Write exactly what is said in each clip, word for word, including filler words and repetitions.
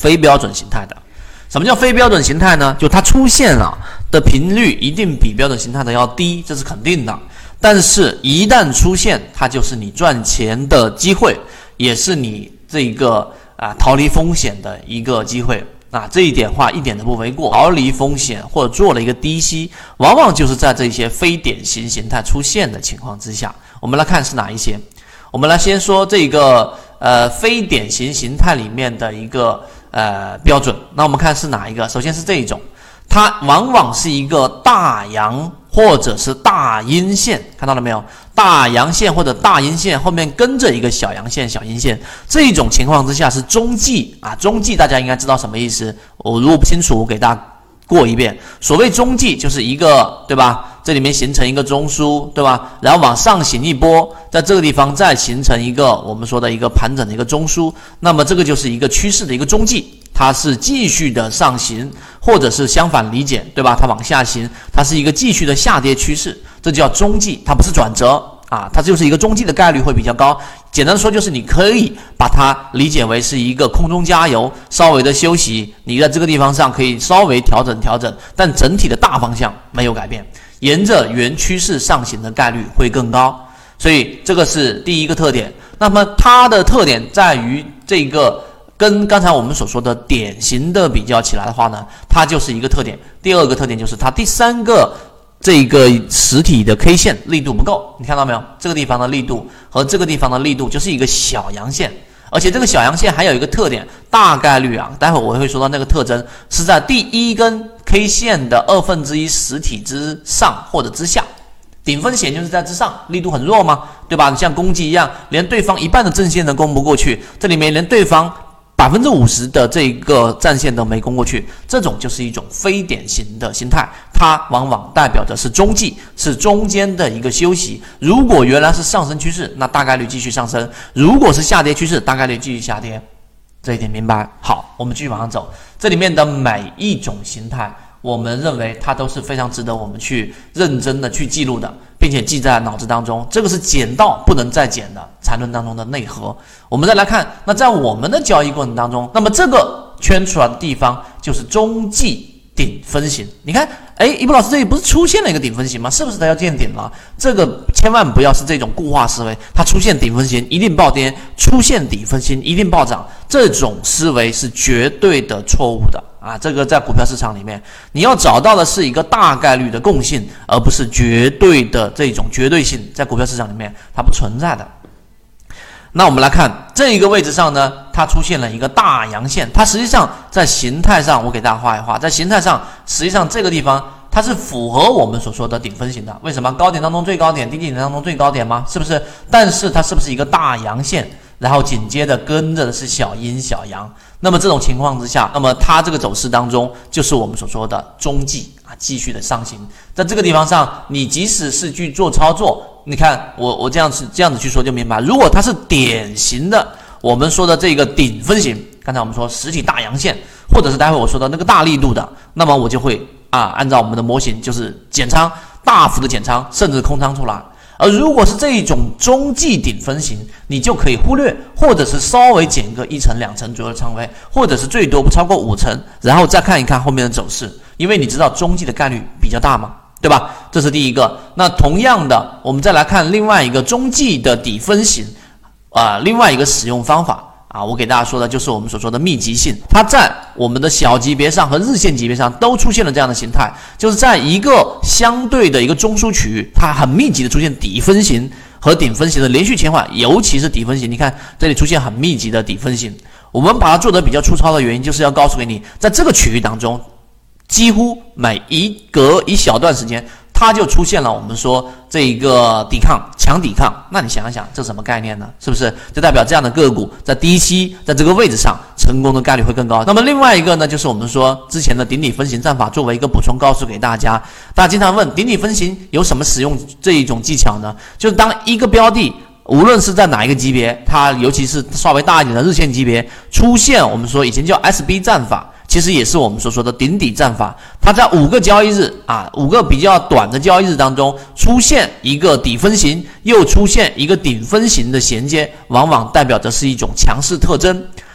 非标准形态的。什么叫非标准形态呢？就它出现了的频率一定比标准形态的要低，这是肯定的。但是，一旦出现，它就是你赚钱的机会，也是你这个啊逃离风险的一个机会。啊，这一点话一点都不为过。逃离风险或者做了一个低吸，往往就是在这些非典型形态出现的情况之下。我们来看是哪一些？我们来先说这个呃非典型形态里面的一个呃标准。那我们看是哪一个？首先是这一种，它往往是一个大阳或者是大阴线，看到了没有？大阳线或者大阴线后面跟着一个小阳线、小阴线，这一种情况之下是中继啊。中继大家应该知道什么意思，我如果不清楚，我给大家过一遍。所谓中继就是一个，对吧？这里面形成一个中枢，对吧？然后往上行一波，在这个地方再形成一个我们说的一个盘整的一个中枢，那么这个就是一个趋势的一个中继。它是继续的上行，或者是相反理解，对吧？它往下行，它是一个继续的下跌趋势，这叫中继，它不是转折啊，它就是一个中继的概率会比较高。简单说就是你可以把它理解为是一个空中加油，稍微的休息，你在这个地方上可以稍微调整调整，但整体的大方向没有改变，沿着原趋势上行的概率会更高。所以这个是第一个特点。那么它的特点在于这个跟刚才我们所说的典型的比较起来的话呢，它就是一个特点。第二个特点就是它第三个这个实体的 K 线力度不够，你看到没有？这个地方的力度和这个地方的力度就是一个小阳线，而且这个小阳线还有一个特点，大概率啊，待会我会说到那个特征是在第一根 K 线的二分之一实体之上或者之下。顶分线就是在之上，力度很弱嘛，对吧？像攻击一样，连对方一半的正线都攻不过去，这里面连对方百分之五十的这个战线都没攻过去，这种就是一种非典型的心态，它往往代表的是中继，是中间的一个休息。如果原来是上升趋势，那大概率继续上升；如果是下跌趋势，大概率继续下跌。这一点明白？好，我们继续往上走。这里面的每一种形态，我们认为它都是非常值得我们去认真的去记录的，并且记在脑子当中。这个是捡到不能再捡的缠论当中的内核。我们再来看，那在我们的交易过程当中，那么这个圈出来的地方就是中继顶分型。你看，哎，一博老师这里不是出现了一个顶分型吗？是不是它要见顶了？这个千万不要是这种固化思维，它出现顶分型一定暴跌，出现底分型一定暴涨，这种思维是绝对的错误的。啊，这个在股票市场里面，你要找到的是一个大概率的共性，而不是绝对的这种绝对性，在股票市场里面它不存在的。那我们来看这一个位置上呢，它出现了一个大阳线，它实际上在形态上，我给大家画一画，在形态上，实际上这个地方它是符合我们所说的顶分型的。为什么？高点当中最高点，低点当中最高点吗？是不是？但是它是不是一个大阳线？然后紧接着跟着的是小阴小阳，那么这种情况之下，那么它这个走势当中就是我们所说的中继啊，继续的上行。在这个地方上，你即使是去做操作，你看我我这样子这样子去说就明白，如果它是典型的我们说的这个顶分型，刚才我们说实体大阳线，或者是待会我说的那个大力度的，那么我就会啊按照我们的模型就是减仓，大幅的减仓，甚至空仓出来。而如果是这一种中继顶分型，你就可以忽略，或者是稍微减个一成两成左右的仓位，或者是最多不超过五成，然后再看一看后面的走势，因为你知道中继的概率比较大嘛，对吧？这是第一个。那同样的，我们再来看另外一个中继的底分型，啊、呃，另外一个使用方法。啊，我给大家说的就是我们所说的密集性，它在我们的小级别上和日线级别上都出现了这样的形态，就是在一个相对的一个中枢区域，它很密集的出现底分型和顶分型的连续切换，尤其是底分型，你看这里出现很密集的底分型。我们把它做得比较粗糙的原因，就是要告诉给你，在这个区域当中，几乎每一隔一小段时间，它就出现了我们说这个抵抗强抵抗，那你想一想这什么概念呢？是不是就代表这样的个股在低吸在这个位置上成功的概率会更高？那么另外一个呢，就是我们说之前的顶底分型战法作为一个补充告诉给大家。大家经常问顶底分型有什么使用这一种技巧呢？就是当一个标的无论是在哪一个级别，它尤其是稍微大一点的日线级别出现我们说以前叫 S B 战法，其实也是我们所说的顶底战法，它在五个交易日啊，五个比较短的交易日当中出现一个底分型，又出现一个顶分型的衔接，往往代表着是一种强势特征。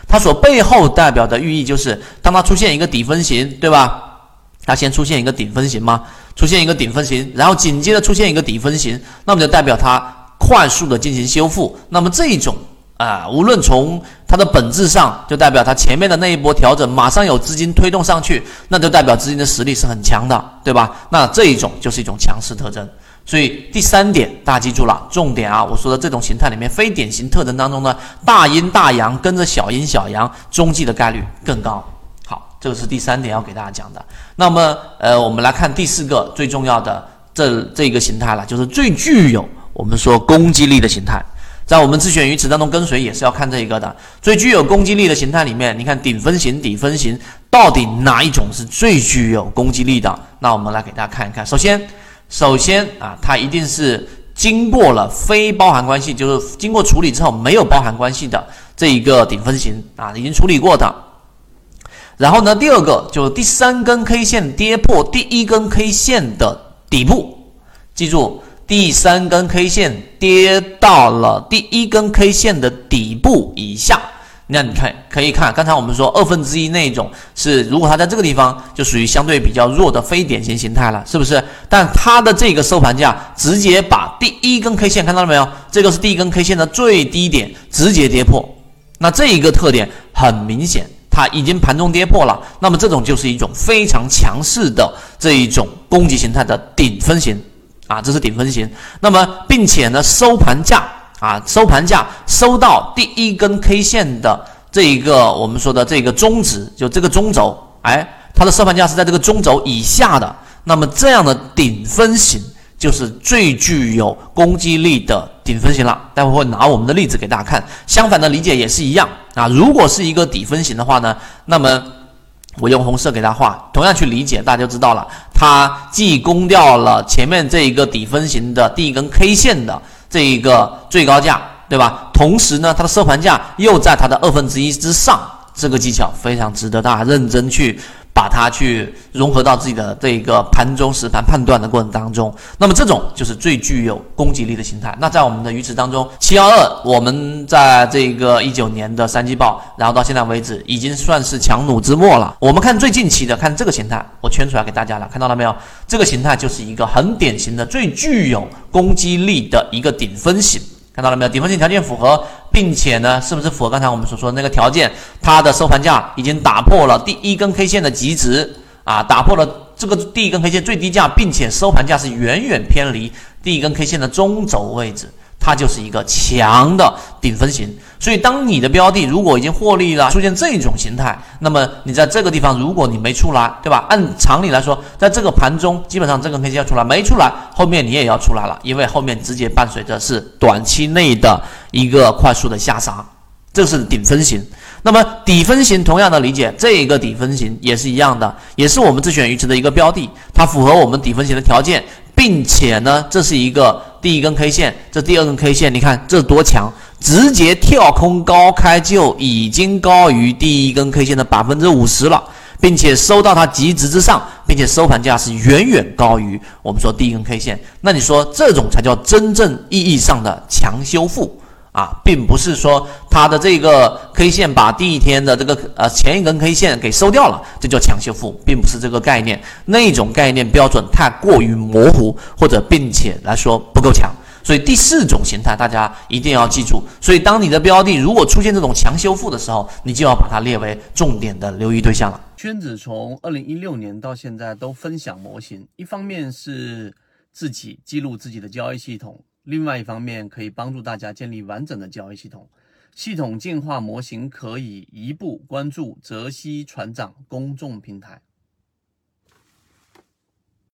它所背后代表的寓意就是，当它出现一个底分型，对吧？它先出现一个顶分型吗？出现一个顶分型，然后紧接着出现一个底分型，那么就代表它快速的进行修复。那么这一种啊，无论从它的本质上，就代表它前面的那一波调整马上有资金推动上去，那就代表资金的实力是很强的，对吧？那这一种就是一种强势特征。所以第三点大家记住了，重点啊，我说的这种形态里面非典型特征当中呢，大阴大阳跟着小阴小阳，中继的概率更高。好，这个是第三点要给大家讲的。那么呃，我们来看第四个最重要的这这个形态了，就是最具有我们说攻击力的形态。在我们自选鱼池当中跟随也是要看这一个的，最具有攻击力的形态里面，你看顶分型、底分型，到底哪一种是最具有攻击力的？那我们来给大家看一看。首先，首先啊，它一定是经过了非包含关系，就是经过处理之后没有包含关系的这一个顶分型啊，已经处理过的。然后呢，第二个就是第三根 K 线跌破第一根 K 线的底部，记住。第三根 K 线跌到了第一根 K 线的底部以下，那你看可以看，刚才我们说二分之一那一种是，如果它在这个地方就属于相对比较弱的非典型形态了，是不是？但它的这个收盘价直接把第一根 K 线看到了没有？这个是第一根 K 线的最低点，直接跌破。那这一个特点很明显，它已经盘中跌破了，那么这种就是一种非常强势的这一种攻击形态的顶分型。啊，这是顶分型。那么，并且呢，收盘价啊，收盘价收到第一根 K 线的这一个我们说的这个中值，就这个中轴，哎，它的收盘价是在这个中轴以下的。那么这样的顶分型就是最具有攻击力的顶分型了。待会会拿我们的例子给大家看。相反的理解也是一样啊。如果是一个底分型的话呢，那么我用红色给它画，同样去理解，大家就知道了。它既攻掉了前面这一个底分型的第一根 K 线的这一个最高价，对吧？同时呢，它的收盘价又在它的二分之一之上，这个技巧非常值得大家认真去把它去融合到自己的这个盘中实盘判断的过程当中。那么这种就是最具有攻击力的形态。那在我们的鱼池当中，七一二我们在这个一九年的三季报，然后到现在为止已经算是强弩之末了。我们看最近期的，看这个形态，我圈出来给大家了，看到了没有？这个形态就是一个很典型的最具有攻击力的一个顶分型。看到了没有？顶分型条件符合，并且呢，是不是符合刚才我们所说的那个条件？它的收盘价已经打破了第一根 K 线的极值啊，打破了这个第一根 K 线最低价，并且收盘价是远远偏离第一根 K 线的中轴位置，它就是一个强的顶分型。所以，当你的标的如果已经获利了，出现这种形态，那么你在这个地方如果你没出来，对吧？按常理来说，在这个盘中，基本上这根 K 线要出来，没出来，后面你也要出来了，因为后面直接伴随着是短期内的一个快速的下杀，这是顶分型。那么底分型同样的理解，这一个底分型也是一样的，也是我们自选鱼池的一个标的，它符合我们底分型的条件，并且呢，这是一个第一根 K 线，这第二根 K 线，你看这多强！直接跳空高开就已经高于第一根 K 线的 百分之五十 了，并且收到它极值之上，并且收盘价是远远高于我们说第一根 K 线。那你说这种才叫真正意义上的强修复啊，并不是说它的这个 K 线把第一天的这个呃前一根 K 线给收掉了，这叫强修复，并不是这个概念。那种概念标准太过于模糊，或者并且来说不够强。所以第四种形态大家一定要记住，所以当你的标的如果出现这种强修复的时候，你就要把它列为重点的留意对象了。 圈子从二零一六年到现在都分享模型，一方面是自己记录自己的交易系统，另外一方面可以帮助大家建立完整的交易系统。系统进化模型可以一步关注泽西船长公众平台。